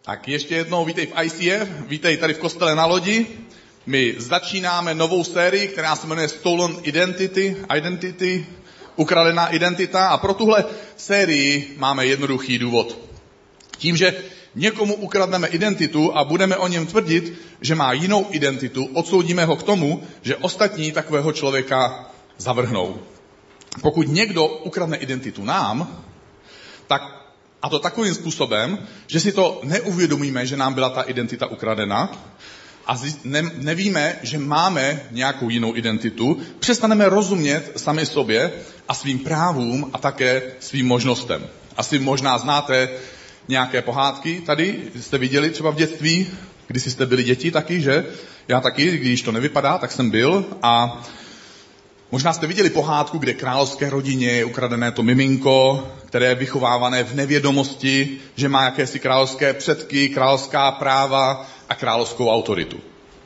Tak ještě jednou vítej v ICF, vítej tady v kostele na Lodi. My začínáme novou sérii, která se jmenuje Stolen Identity, ukradená identita. A pro tuhle sérii máme jednoduchý důvod. Tím, že někomu ukradneme identitu a budeme o něm tvrdit, že má jinou identitu, odsoudíme ho k tomu, že ostatní takového člověka zavrhnou. Pokud někdo ukradne identitu nám, tak a to takovým způsobem, že si to neuvědomíme, že nám byla ta identita ukradena a nevíme, že máme nějakou jinou identitu, přestaneme rozumět sami sobě a svým právům a také svým možnostem. Asi možná znáte nějaké pohádky tady, jste viděli třeba v dětství, když jste byli děti taky, že? Já taky, když to nevypadá, tak jsem byl a možná jste viděli pohádku, kde královské rodině je ukradené to miminko, které je vychovávané v nevědomosti, že má jakési královské předky, královská práva a královskou autoritu.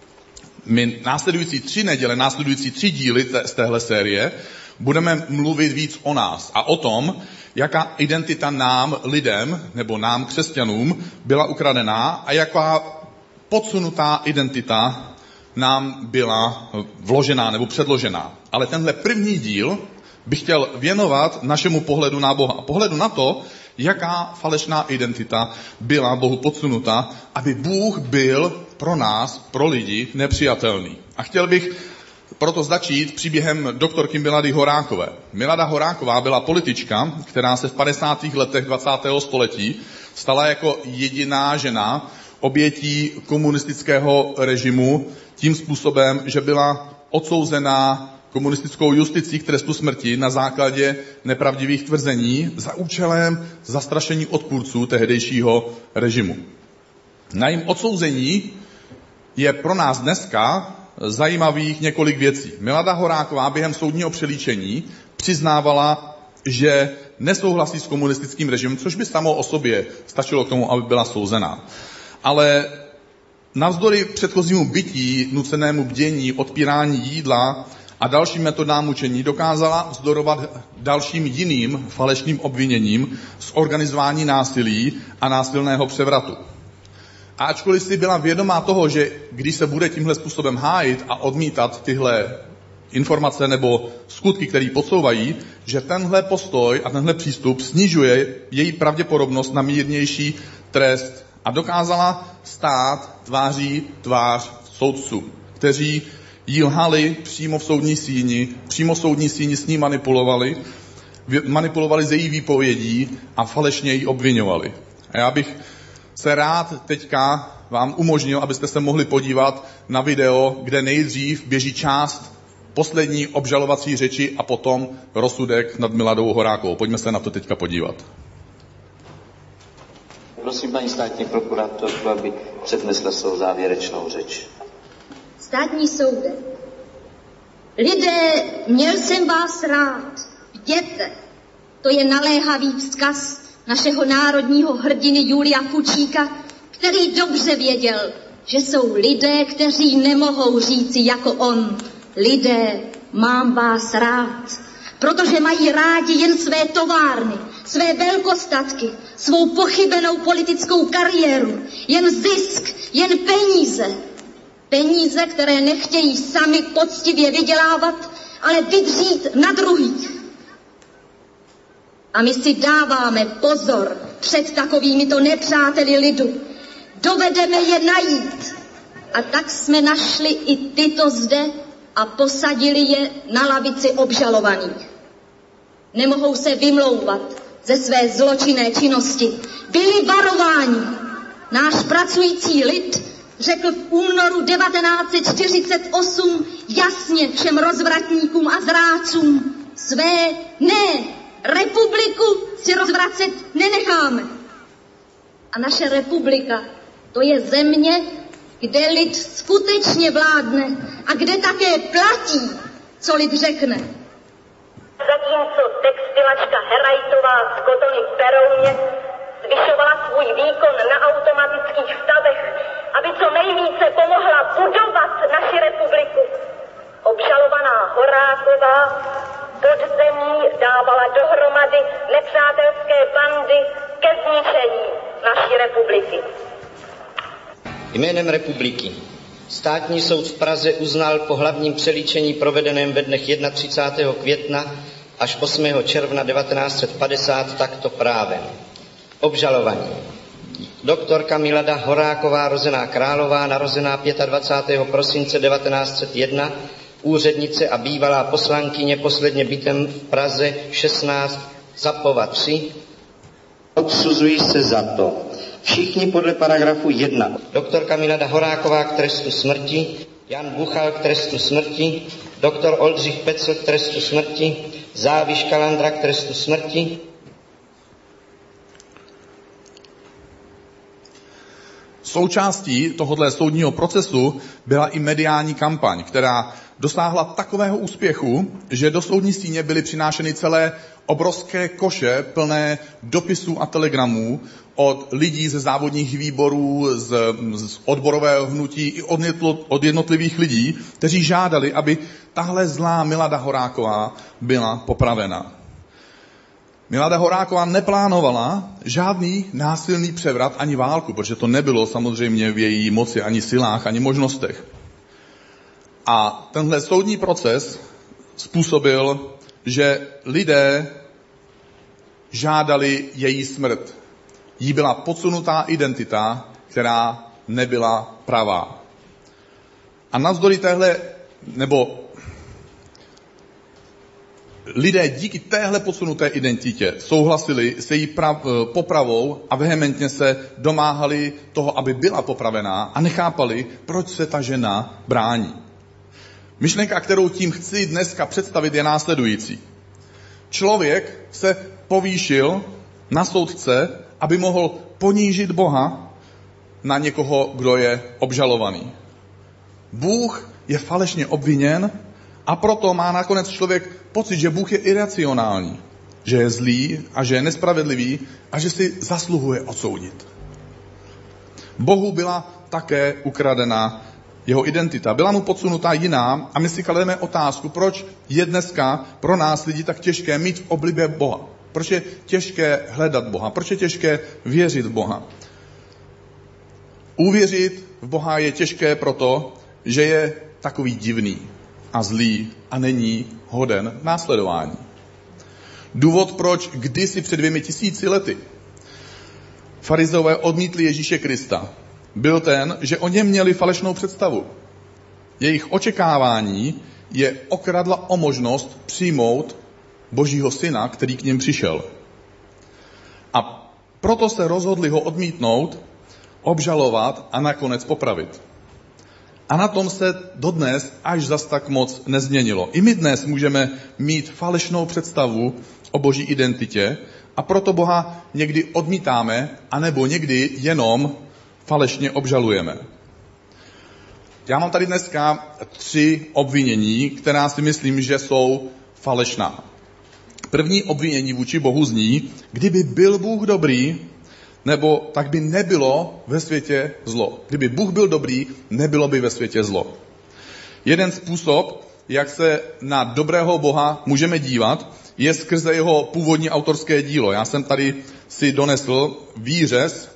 My následující 3 díly z téhle série budeme mluvit víc o nás a o tom, jaká identita nám, lidem, nebo nám, křesťanům, byla ukradená a jaká podsunutá identita nám byla vložená nebo předložená. Ale tenhle první díl bych chtěl věnovat našemu pohledu na Boha. Pohledu na to, jaká falešná identita byla Bohu podsunuta, aby Bůh byl pro nás, pro lidi, nepřijatelný. A chtěl bych proto začít příběhem doktorky Milady Horákové. Milada Horáková byla politička, která se v 50. letech 20. století stala jako jediná žena obětí komunistického režimu tím způsobem, že byla odsouzená komunistickou justicí k trestu smrti na základě nepravdivých tvrzení za účelem zastrašení odpůrců tehdejšího režimu. Na jejím odsouzení je pro nás dneska zajímavých několik věcí. Milada Horáková během soudního přelíčení přiznávala, že nesouhlasí s komunistickým režimem, což by samo o sobě stačilo k tomu, aby byla souzená. Ale navzdory předchozímu bytí, nucenému bdění, odpírání jídla a dalším metodám mučení dokázala vzdorovat dalším jiným falešným obviněním z organizování násilí a násilného převratu. A ačkoliv si byla vědomá toho, že když se bude tímhle způsobem hájit a odmítat tyhle informace nebo skutky, které podsouvají, že tenhle postoj a tenhle přístup snižuje její pravděpodobnost na mírnější trest a dokázala stát tváří tvář soudců, kteří jí lhali přímo v soudní síni s ní manipulovali z její výpovědí a falešně ji obviňovali. A já bych se rád teďka vám umožnil, abyste se mohli podívat na video, kde nejdřív běží část poslední obžalovací řeči a potom rozsudek nad Miladou Horákovou. Pojďme se na to teďka podívat. Prosím paní státní prokurátorku, aby přednesla svou závěrečnou řeč. Státní soude. Lidé, měl jsem vás rád. Jděte. To je naléhavý vzkaz našeho národního hrdiny Julia Fučíka, který dobře věděl, že jsou lidé, kteří nemohou říci jako on. Lidé, mám vás rád. Protože mají rádi jen své továrny, své velkostatky, svou pochybenou politickou kariéru, jen zisk, jen peníze. Peníze, které nechtějí sami poctivě vydělávat, ale vydřít na druhých. A my si dáváme pozor před takovýmito nepřáteli lidu. Dovedeme je najít. A tak jsme našli i tyto zde a posadili je na lavici obžalovaných. Nemohou se vymlouvat ze své zločinné činnosti. Byli varováni. Náš pracující lid řekl v únoru 1948 jasně všem rozvratníkům a zrádcům: své republiku si rozvracet nenecháme. A naše republika, to je země, kde lid skutečně vládne a kde také platí, co lid řekne. Zatímco textilačka Herajtová z Kotony v Berouně zvyšovala svůj výkon na automatických stavech, aby co nejvíce pomohla budovat naši republiku, obžalovaná Horáková pod zemí dávala dohromady nepřátelské bandy ke zničení naší republiky. Jménem republiky. Státní soud v Praze uznal po hlavním přelíčení provedeném ve dnech 31. května až 8. června 1950 takto právem. Obžalovaní. Doktorka Milada Horáková, rozená Králová, narozená 25. prosince 1901, úřednice a bývalá poslankyně, posledně bytem v Praze 16, Zapova 3. Odsuzují se za to všichni podle paragrafu 1. Doktorka Milada Horáková k trestu smrti, Jan Buchal k trestu smrti, doktor Oldřich Pecl k trestu smrti, Záviš Kalandra k trestu smrti. Součástí tohoto soudního procesu byla i mediální kampaň, která dosáhla takového úspěchu, že do soudní síně byly přinášeny celé obrovské koše plné dopisů a telegramů od lidí ze závodních výborů, z odborového hnutí i od jednotlivých lidí, kteří žádali, aby tahle zlá Milada Horáková byla popravena. Milada Horáková neplánovala žádný násilný převrat ani válku, protože to nebylo samozřejmě v její moci, ani silách, ani možnostech. A tenhle soudní proces způsobil, že lidé žádali její smrt. Jí byla podsunutá identita, která nebyla pravá. A navzdory lidé díky téhle podsunuté identitě souhlasili se její popravou a vehementně se domáhali toho, aby byla popravená a nechápali, proč se ta žena brání. Myšlenka, kterou tím chci dneska představit, je následující. Člověk se povýšil na soudce, aby mohl ponížit Boha na někoho, kdo je obžalovaný. Bůh je falešně obviněn a proto má nakonec člověk pocit, že Bůh je iracionální, že je zlý a že je nespravedlivý a že si zasluhuje odsoudit. Bohu byla také ukradena jeho identita. Byla mu podsunutá jiná a my si klademe otázku, proč je dneska pro nás lidi tak těžké mít v oblibě Boha. Proč je těžké hledat Boha? Proč je těžké věřit v Boha? Uvěřit v Boha je těžké proto, že je takový divný a zlý a není hoden následování. Důvod, proč kdysi před 2000 lety farizeové odmítli Ježíše Krista, byl ten, že o něm měli falešnou představu. Jejich očekávání je okradla o možnost přijmout Božího syna, který k nim přišel. A proto se rozhodli ho odmítnout, obžalovat a nakonec popravit. A na tom se dodnes až zas tak moc nezměnilo. I my dnes můžeme mít falešnou představu o Boží identitě a proto Boha někdy odmítáme, anebo někdy jenom falešně obžalujeme. Já mám tady dneska 3 obvinění, která si myslím, že jsou falešná. První obvinění vůči Bohu zní, kdyby byl Bůh dobrý, nebo tak by nebylo ve světě zlo. Kdyby Bůh byl dobrý, nebylo by ve světě zlo. Jeden způsob, jak se na dobrého Boha můžeme dívat, je skrze jeho původní autorské dílo. Já jsem tady si donesl výřez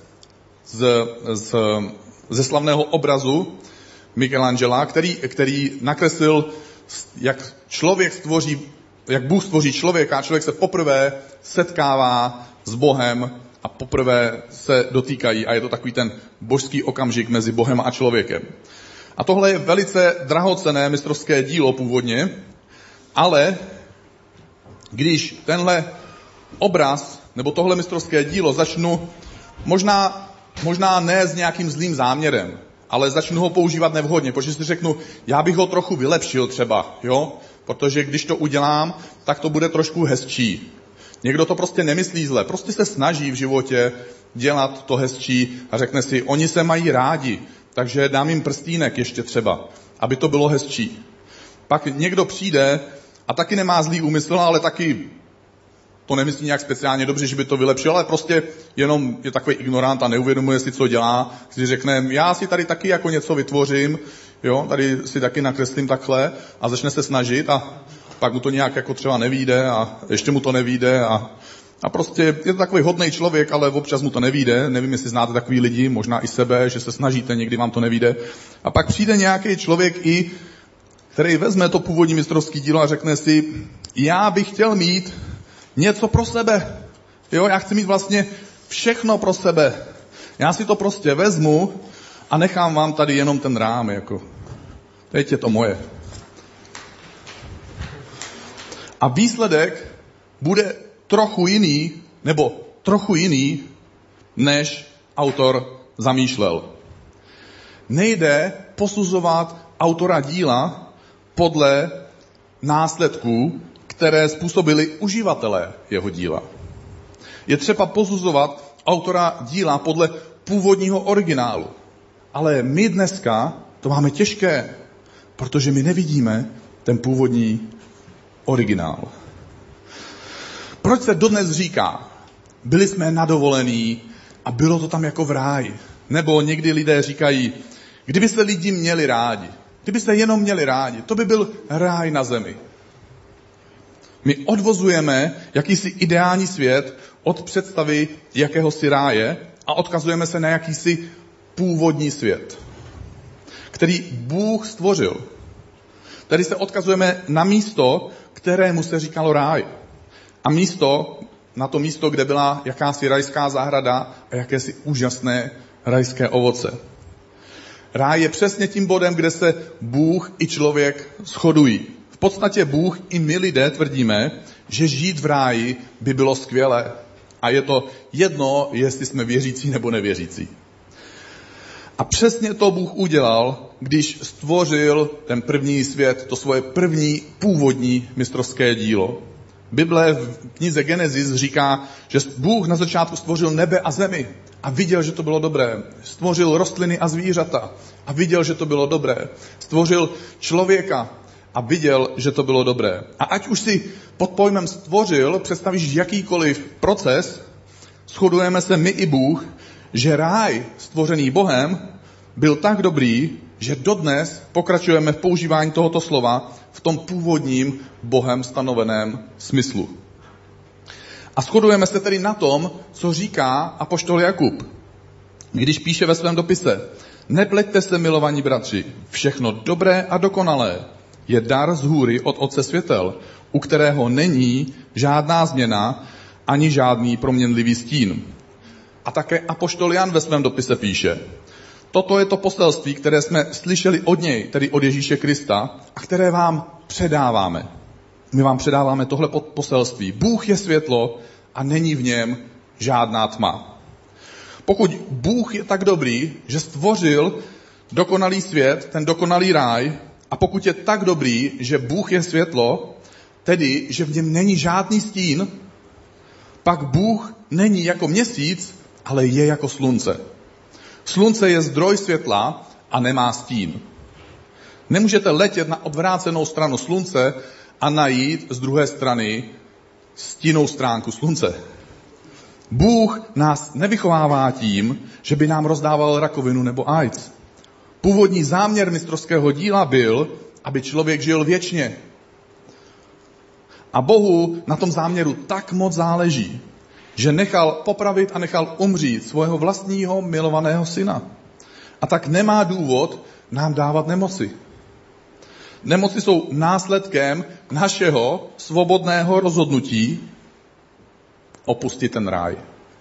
ze slavného obrazu Michelangela, který nakreslil, jak Bůh stvoří člověka, člověk se poprvé setkává s Bohem a poprvé se dotýkají a je to takový ten božský okamžik mezi Bohem a člověkem. A tohle je velice drahocenné mistrovské dílo původně, ale když tenhle obraz nebo tohle mistrovské dílo začnu možná ne s nějakým zlým záměrem, ale začnu ho používat nevhodně, protože si řeknu, já bych ho trochu vylepšil třeba, jo? Protože když to udělám, tak to bude trošku hezčí. Někdo to prostě nemyslí zle, prostě se snaží v životě dělat to hezčí a řekne si, oni se mají rádi, takže dám jim prstínek ještě třeba, aby to bylo hezčí. Pak někdo přijde a taky nemá zlý úmysl, ale taky to nemyslí nějak speciálně dobře, že by to vylepšil, ale prostě jenom je takový ignorant a neuvědomuje si, co dělá. Si řekne, já si tady taky jako něco vytvořím, jo, tady si taky nakreslím takhle a začne se snažit a pak mu to nějak jako třeba nevyjde a ještě mu to nevyjde a A prostě je to takový hodnej člověk, ale občas mu to nevyjde. Nevím, jestli znáte takový lidi, možná i sebe, že se snažíte, někdy vám to nevyjde. A pak přijde nějaký člověk který vezme to původní mistrovský dílo a řekne si, já bych chtěl mít něco pro sebe. Jo, já chci mít vlastně všechno pro sebe. Já si to prostě vezmu a nechám vám tady jenom ten rám, jako. Teď je to moje. A výsledek bude trochu jiný, než autor zamýšlel. Nejde posuzovat autora díla podle následků, které způsobili uživatelé jeho díla. Je třeba posuzovat autora díla podle původního originálu. Ale my dneska to máme těžké, protože my nevidíme ten původní originál. Proč se dodnes říká, byli jsme na dovolený a bylo to tam jako v ráji? Nebo někdy lidé říkají, kdyby se lidi měli rádi, kdyby se jenom měli rádi, to by byl ráj na zemi. My odvozujeme jakýsi ideální svět od představy jakéhosi ráje a odkazujeme se na jakýsi původní svět, který Bůh stvořil. Tady se odkazujeme na místo, kterému se říkalo ráj. A na to místo, kde byla jakási rajská zahrada a jakési úžasné rajské ovoce. Ráj je přesně tím bodem, kde se Bůh i člověk shodují. V podstatě Bůh i my lidé tvrdíme, že žít v ráji by bylo skvělé. A je to jedno, jestli jsme věřící nebo nevěřící. A přesně to Bůh udělal, když stvořil ten první svět, to svoje první původní mistrovské dílo. Bible v knize Genesis říká, že Bůh na začátku stvořil nebe a zemi a viděl, že to bylo dobré. Stvořil rostliny a zvířata a viděl, že to bylo dobré. Stvořil člověka a viděl, že to bylo dobré. A ať už si pod pojmem stvořil představíš jakýkoliv proces, shodujeme se my i Bůh, že ráj stvořený Bohem byl tak dobrý, že dodnes pokračujeme v používání tohoto slova v tom původním Bohem stanoveném smyslu. A shodujeme se tedy na tom, co říká apoštol Jakub, když píše ve svém dopise: Nepleťte se, milovaní bratři, všechno dobré a dokonalé je dar z hůry od Otce světel, u kterého není žádná změna ani žádný proměnlivý stín. A také apoštol Jan ve svém dopise píše: Toto je to poselství, které jsme slyšeli od něj, tedy od Ježíše Krista, a které vám předáváme. My vám předáváme tohle poselství. Bůh je světlo a není v něm žádná tma. Pokud Bůh je tak dobrý, že stvořil dokonalý svět, ten dokonalý ráj, a pokud je tak dobrý, že Bůh je světlo, tedy, že v něm není žádný stín, pak Bůh není jako měsíc, ale je jako slunce. Slunce je zdroj světla a nemá stín. Nemůžete letět na odvrácenou stranu slunce a najít z druhé strany stinnou stránku slunce. Bůh nás nevychovává tím, že by nám rozdával rakovinu nebo AIDS. Původní záměr mistrovského díla byl, aby člověk žil věčně. A Bohu na tom záměru tak moc záleží, že nechal popravit a nechal umřít svého vlastního milovaného syna. A tak nemá důvod nám dávat nemoci. Nemoci jsou následkem našeho svobodného rozhodnutí opustit ten ráj.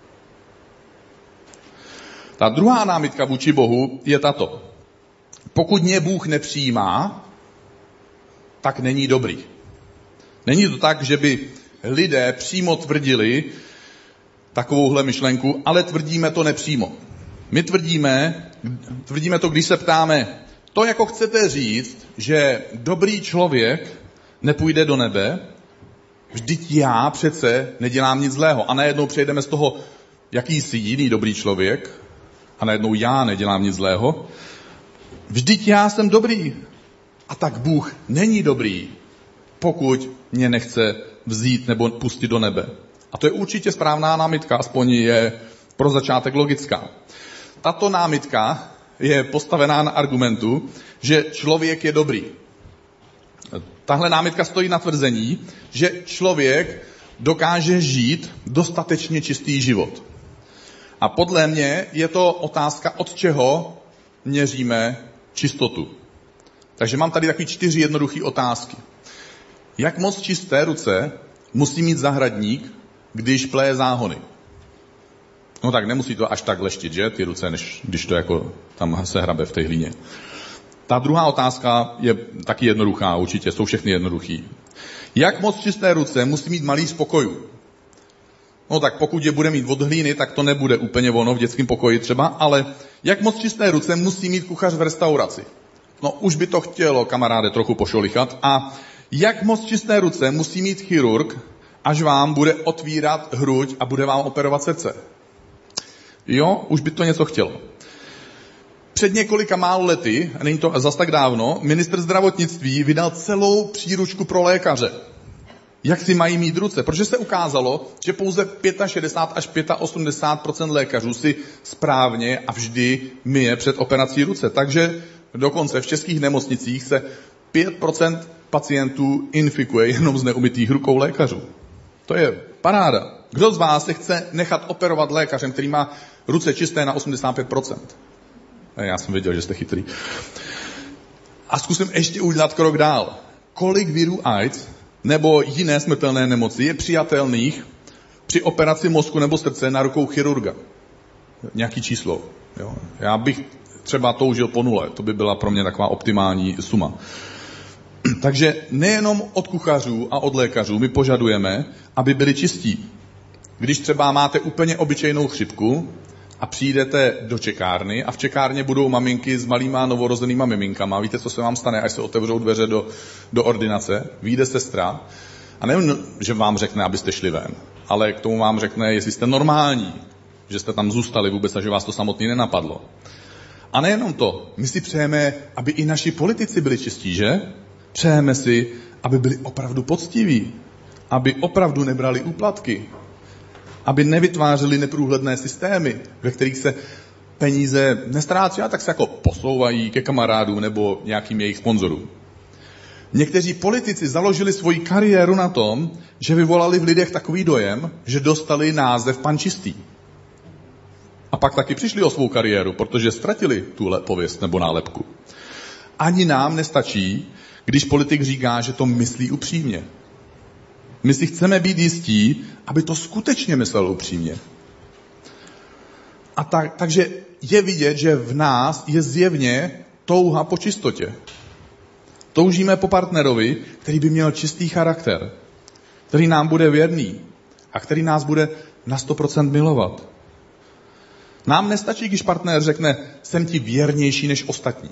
Ta druhá námitka vůči Bohu je tato. Pokud mě Bůh nepřijímá, tak není dobrý. Není to tak, že by lidé přímo tvrdili takovouhle myšlenku, ale tvrdíme to nepřímo. My tvrdíme to, když se ptáme, to jako chcete říct, že dobrý člověk nepůjde do nebe, vždyť já přece nedělám nic zlého. A najednou přejdeme z toho, jakýsi jiný dobrý člověk, a najednou já nedělám nic zlého. Vždyť já jsem dobrý. A tak Bůh není dobrý, pokud mě nechce vzít nebo pustit do nebe. A to je určitě správná námitka, aspoň je pro začátek logická. Tato námitka je postavená na argumentu, že člověk je dobrý. Tahle námitka stojí na tvrzení, že člověk dokáže žít dostatečně čistý život. A podle mě je to otázka, od čeho měříme čistotu. Takže mám tady takový 4 jednoduché otázky. Jak moc čisté ruce musí mít zahradník, když pleje záhony? No tak nemusí to až tak leštit, že, ty ruce, než když to jako tam se hrabe v té hlíně. Ta druhá otázka je taky jednoduchá, určitě, jsou všechny jednoduchý. Jak moc čisté ruce musí mít malý z pokojů? No tak pokud je bude mít od hlíny, tak to nebude úplně ono v dětském pokoji třeba, ale jak moc čisté ruce musí mít kuchař v restauraci? No už by to chtělo, kamaráde, trochu pošolichat. A jak moc čisté ruce musí mít chirurg, až vám bude otvírat hruď a bude vám operovat srdce? Jo, už by to něco chtělo. Před několika málo lety, a není to zas tak dávno, ministr zdravotnictví vydal celou příručku pro lékaře. Jak si mají mít ruce? Protože se ukázalo, že pouze 65 až 85% lékařů si správně a vždy myje před operací ruce. Takže dokonce v českých nemocnicích se 5% pacientů infikuje jenom z neumytých rukou lékařů. To je paráda. Kdo z vás se chce nechat operovat lékařem, který má ruce čisté na 85%? Já jsem věděl, že jste chytrý. A zkusím ještě udělat krok dál. Kolik virů AIDS nebo jiné smrtelné nemoci je přijatelných při operaci mozku nebo srdce na rukou chirurga? Nějaký číslo. Jo? Já bych třeba toužil po 0. To by byla pro mě taková optimální suma. Takže nejenom od kuchařů a od lékařů my požadujeme, aby byli čistí. Když třeba máte úplně obyčejnou chřipku a přijdete do čekárny a v čekárně budou maminky s malýma novorozenýma miminkama, víte, co se vám stane, až se otevřou dveře do ordinace, vyjde sestra a nevím, že vám řekne, abyste šli ven, ale k tomu vám řekne, jestli jste normální, že jste tam zůstali vůbec a že vás to samotný nenapadlo. A nejenom to, my si přejeme, aby i naši politici byli čistí, že? Přejeme si, aby byli opravdu poctiví, aby opravdu nebrali úplatky, aby nevytvářeli neprůhledné systémy, ve kterých se peníze nestrácí, a tak se jako posouvají ke kamarádům nebo nějakým jejich sponzorům. Někteří politici založili svoji kariéru na tom, že vyvolali v lidech takový dojem, že dostali název pan čistý. A pak taky přišli o svou kariéru, protože ztratili tu pověst nebo nálepku. Ani nám nestačí, když politik říká, že to myslí upřímně. My si chceme být jistí, aby to skutečně myslel upřímně. A takže je vidět, že v nás je zjevně touha po čistotě. Toužíme po partnerovi, který by měl čistý charakter, který nám bude věrný a který nás bude na 100% milovat. Nám nestačí, když partner řekne, jsem ti věrnější než ostatní.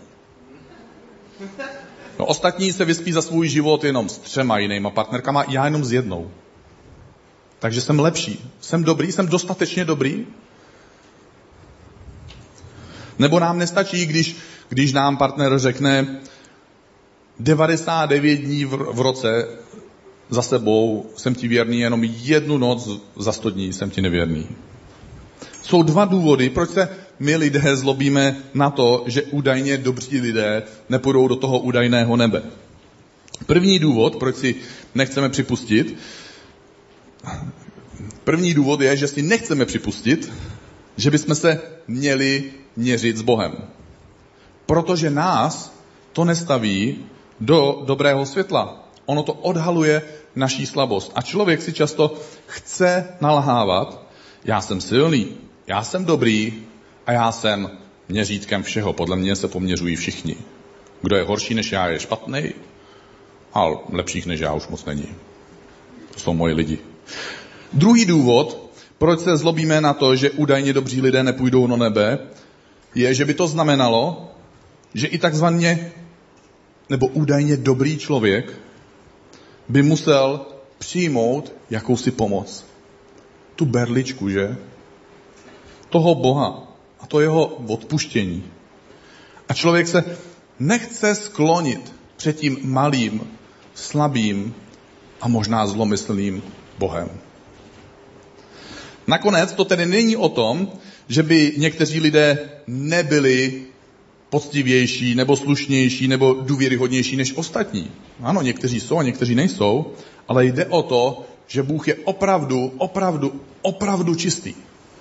No, ostatní se vyspí za svůj život jenom s 3 jinýma partnerkama, já jenom s 1. Takže jsem lepší. Jsem dobrý, jsem dostatečně dobrý. Nebo nám nestačí, když nám partner řekne 99 dní v roce za sebou jsem ti věrný, jenom 1 noc za 100 dní jsem ti nevěrný. Jsou 2 důvody, proč se my lidé zlobíme na to, že údajně dobří lidé nepůjdou do toho údajného nebe. První důvod, proč si nechceme připustit, je, že si nechceme připustit, že bychom se měli měřit s Bohem. Protože nás to nestaví do dobrého světla. Ono to odhaluje naší slabost. A člověk si často chce nalhávat, já jsem silný, já jsem dobrý a já jsem měřítkem všeho. Podle mě se poměřují všichni. Kdo je horší než já, je špatný, a lepších než já už moc není. To jsou moji lidi. Druhý důvod, proč se zlobíme na to, že údajně dobří lidé nepůjdou do nebe, je, že by to znamenalo, že i takzvaně nebo údajně dobrý člověk by musel přijmout jakousi pomoc. Tu berličku, že? Toho Boha a to jeho odpuštění. A člověk se nechce sklonit před tím malým, slabým a možná zlomyslným Bohem. Nakonec to tedy není o tom, že by někteří lidé nebyli poctivější, nebo slušnější, nebo důvěryhodnější než ostatní. Ano, někteří jsou a někteří nejsou, ale jde o to, že Bůh je opravdu čistý.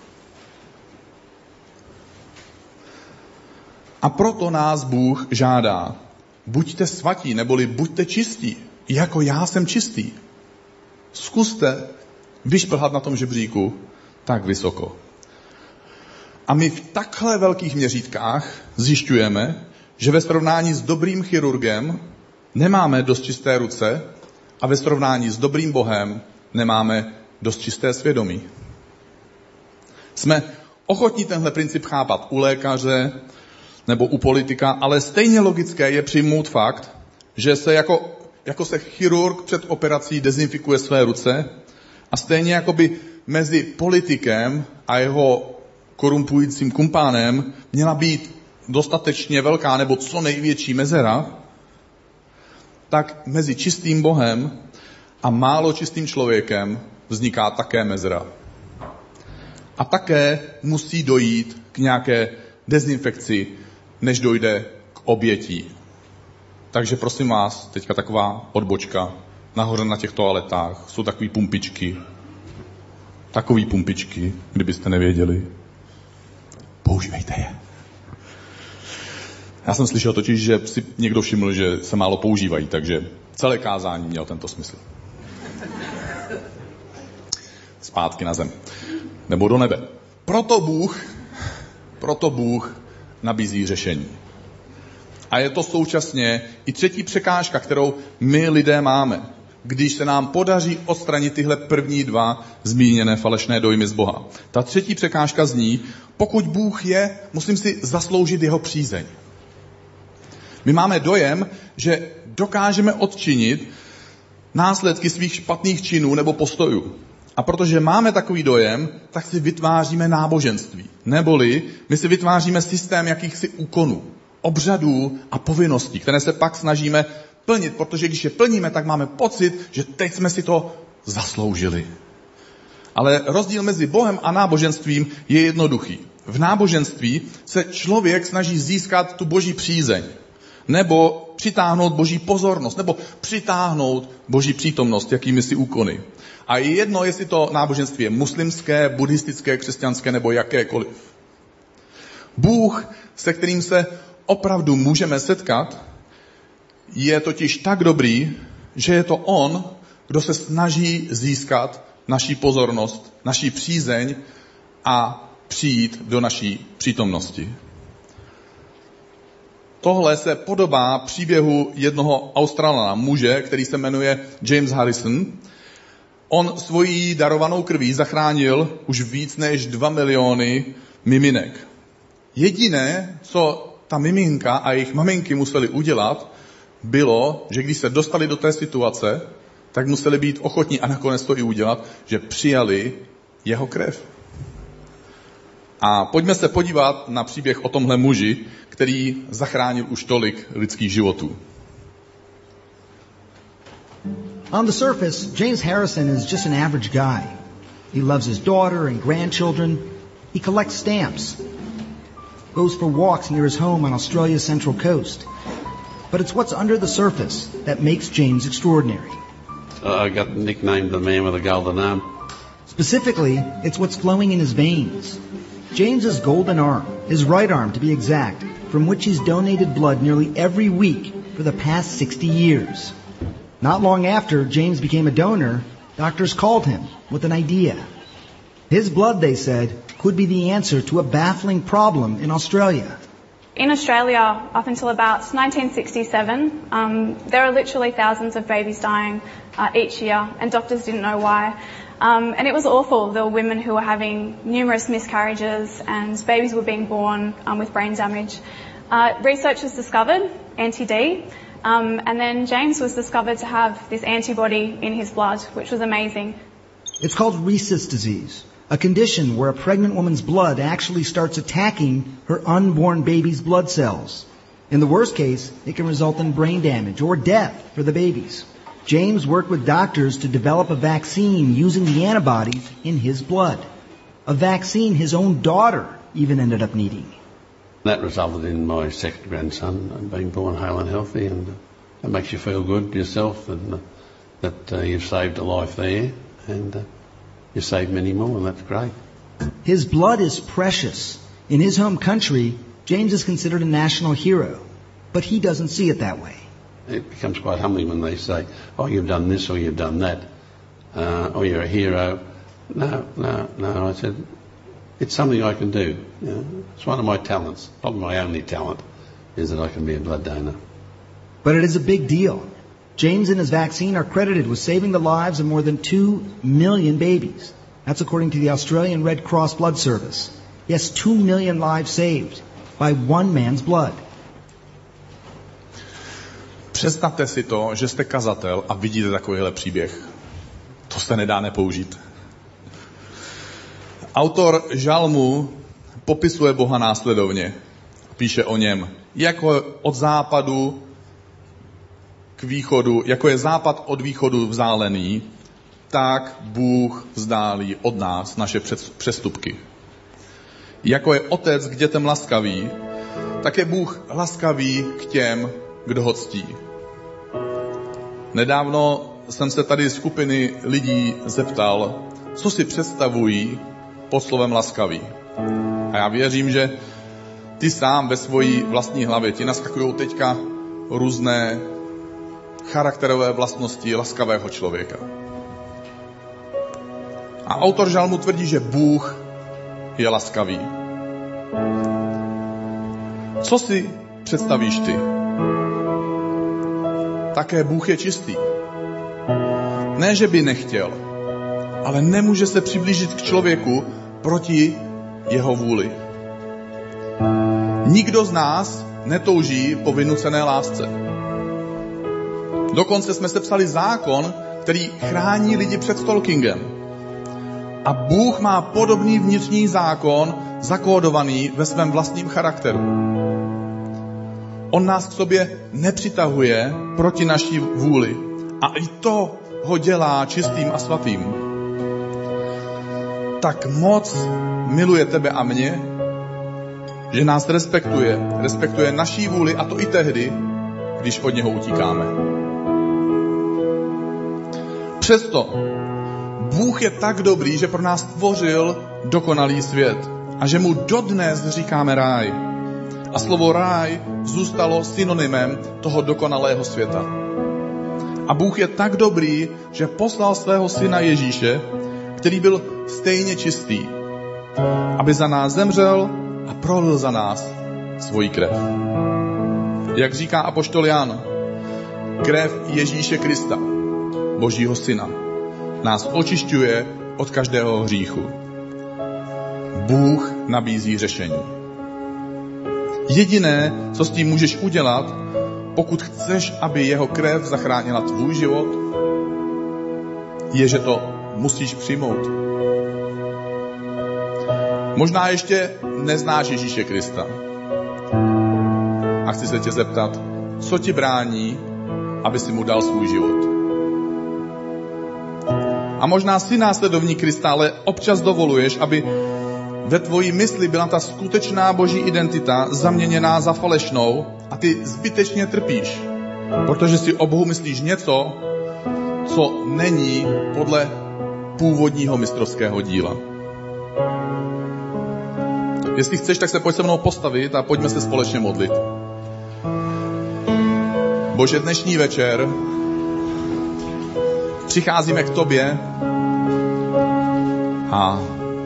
A proto nás Bůh žádá, buďte svatí, neboli buďte čistí, jako já jsem čistý. Zkuste vyšplhat na tom žebříku tak vysoko. A my v takhle velkých měřítkách zjišťujeme, že ve srovnání s dobrým chirurgem nemáme dost čisté ruce a ve srovnání s dobrým Bohem nemáme dost čisté svědomí. Jsme ochotní tenhle princip chápat u lékaře nebo u politika, ale stejně logické je přijmout fakt, že se jako se chirurg před operací dezinfikuje své ruce a stejně jako by mezi politikem a jeho korumpujícím kumpánem měla být dostatečně velká nebo co největší mezera, tak mezi čistým Bohem a málo čistým člověkem vzniká také mezera. A také musí dojít k nějaké dezinfekci, než dojde k obětí. Takže prosím vás, teďka taková odbočka. Nahoře na těch toaletách jsou takové pumpičky. Takové pumpičky, kdybyste nevěděli. Používejte je. Já jsem slyšel totiž, že si někdo všiml, že se málo používají, takže celé kázání mělo tento smysl. Zpátky na zem. Nebo do nebe. Proto Bůh nabízí řešení. A je to současně i třetí překážka, kterou my lidé máme, když se nám podaří odstranit tyhle první dva zmíněné falešné dojmy z Boha. Ta třetí překážka zní, pokud Bůh je, musím si zasloužit jeho přízeň. My máme dojem, že dokážeme odčinit následky svých špatných činů nebo postojů. A protože máme takový dojem, tak si vytváříme náboženství. Neboli my si vytváříme systém jakýchsi úkonů, obřadů a povinností, které se pak snažíme plnit, protože když je plníme, tak máme pocit, že teď jsme si to zasloužili. Ale rozdíl mezi Bohem a náboženstvím je jednoduchý. V náboženství se člověk snaží získat tu boží přízeň, nebo přitáhnout boží pozornost, nebo přitáhnout boží přítomnost, jakými si úkony. A je jedno, jestli to náboženství je muslimské, buddhistické, křesťanské nebo jakékoliv. Bůh, se kterým se opravdu můžeme setkat, je totiž tak dobrý, že je to on, kdo se snaží získat naši pozornost, naši přízeň a přijít do naší přítomnosti. Tohle se podobá příběhu jednoho Australana, muže, který se jmenuje James Harrison. On svojí darovanou krví zachránil už víc než 2 miliony miminek. Jediné, co ta miminka a jejich maminky museli udělat, bylo, že když se dostali do té situace, tak museli být ochotní a nakonec to i udělat, že přijali jeho krev. A pojďme se podívat na příběh o tomhle muži, který zachránil už tolik lidských životů. On the surface, James Harrison is just an average guy. He loves his daughter and grandchildren. He collects stamps. Goes for walks near his home on Australia's central coast. But it's what's under the surface that makes James extraordinary. I got nicknamed the man with the golden arm. Specifically, it's what's flowing in his veins. James's golden arm, his right arm to be exact, from which he's donated blood nearly every week for the past 60 years. Not long after James became a donor, doctors called him with an idea. His blood, they said, could be the answer to a baffling problem in Australia. In Australia, up until about 1967, there are literally thousands of babies dying each year, and doctors didn't know why. And it was awful. There were women who were having numerous miscarriages, and babies were being born with brain damage. Researchers discovered anti-D, and then James was discovered to have this antibody in his blood, which was amazing. It's called rhesus disease, a condition where a pregnant woman's blood actually starts attacking her unborn baby's blood cells. In the worst case, it can result in brain damage or death for the babies. James worked with doctors to develop a vaccine using the antibodies in his blood. A vaccine his own daughter even ended up needing. That resulted in my second grandson being born hale and healthy, and it makes you feel good yourself and that you've saved a life there. and you save many more, and that's great. His blood is precious. In his home country, James is considered a national hero, but he doesn't see it that way. It becomes quite humbling when they say, oh, you've done this or you've done that, or you're a hero. No, I said, it's something I can do. You know, it's one of my talents, not my only talent, is that I can be a blood donor. But it is a big deal. James and his vaccine are credited with saving the lives of more than 2 million babies. That's according to the Australian Red Cross Blood Service. Yes, 2 million lives saved by one man's blood. Představte si to, že jste kazatel a vidíte takovýhle příběh. To se nedá nepoužít. Autor žalmu popisuje Boha následovně. Píše o něm, jako od západu k východu, jako je západ od východu vzdálený, tak Bůh vzdálí od nás naše přestupky. Jako je otec k dětem laskavý, tak je Bůh laskavý k těm, kdo ho ctí. Nedávno jsem se tady skupiny lidí zeptal, co si představují pod slovem laskavý. A já věřím, že ty sám ve svojí vlastní hlavě ti naskakují teďka různé charakterové vlastnosti laskavého člověka. A autor žalmu tvrdí, že Bůh je laskavý. Co si představíš ty? Také Bůh je čistý. Ne, že by nechtěl, ale nemůže se přiblížit k člověku proti jeho vůli. Nikdo z nás netouží po vynucené lásce. Dokonce jsme sepsali zákon, který chrání lidi před stalkingem. A Bůh má podobný vnitřní zákon zakódovaný ve svém vlastním charakteru. On nás k sobě nepřitahuje proti naší vůli. A i to ho dělá čistým a svatým. Tak moc miluje tebe a mě, že nás respektuje naší vůli, a to i tehdy, když od něho utíkáme. Přesto Bůh je tak dobrý, že pro nás tvořil dokonalý svět a že mu dodnes říkáme ráj. A slovo ráj zůstalo synonymem toho dokonalého světa. A Bůh je tak dobrý, že poslal svého syna Ježíše, který byl stejně čistý, aby za nás zemřel a prolil za nás svoji krev. Jak říká apoštol Jan, krev Ježíše Krista, Božího syna, nás očišťuje od každého hříchu. Bůh nabízí řešení. Jediné, co s tím můžeš udělat, pokud chceš, aby jeho krev zachránila tvůj život, je, že to musíš přijmout. Možná ještě neznáš Ježíše Krista. A chci se tě zeptat, co ti brání, aby si mu dal svůj život. A možná jsi následovník Krista, ale občas dovoluješ, aby ve tvojí mysli byla ta skutečná boží identita zaměněná za falešnou a ty zbytečně trpíš, protože si o Bohu myslíš něco, co není podle původního mistrovského díla. Jestli chceš, tak se pojď se mnou postavit a pojďme se společně modlit. Bože, dnešní večer přicházíme k tobě a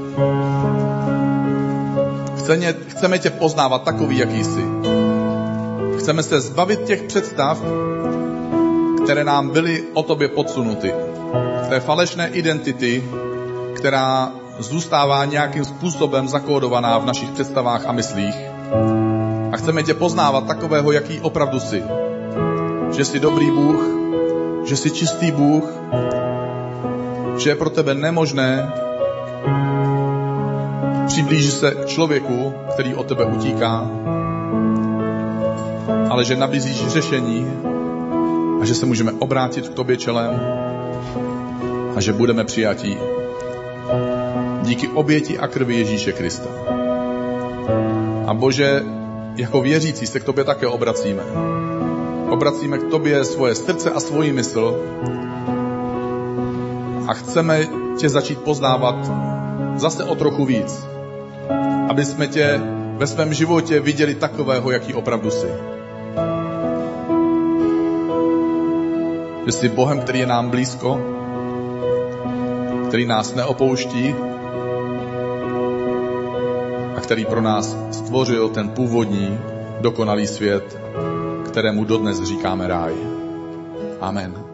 chceme tě poznávat takový, jaký jsi. Chceme se zbavit těch představ, které nám byly o tobě podsunuty. Té falešné identity, která zůstává nějakým způsobem zakódovaná v našich představách a myslích. A chceme tě poznávat takového, jaký opravdu jsi. Že jsi dobrý Bůh, že jsi čistý Bůh, že je pro tebe nemožné přiblížit se k člověku, který od tebe utíká, ale že nabízíš řešení a že se můžeme obrátit k tobě čelem a že budeme přijatí díky oběti a krvi Ježíše Krista. A Bože, jako věřící se k tobě také obracíme. Obracíme k tobě svoje srdce a svoji mysl A chceme tě začít poznávat zase o trochu víc. Aby jsme tě ve svém životě viděli takového, jaký opravdu jsi. Že jsi Bohem, který je nám blízko, který nás neopouští a který pro nás stvořil ten původní, dokonalý svět, kterému dodnes říkáme ráj. Amen.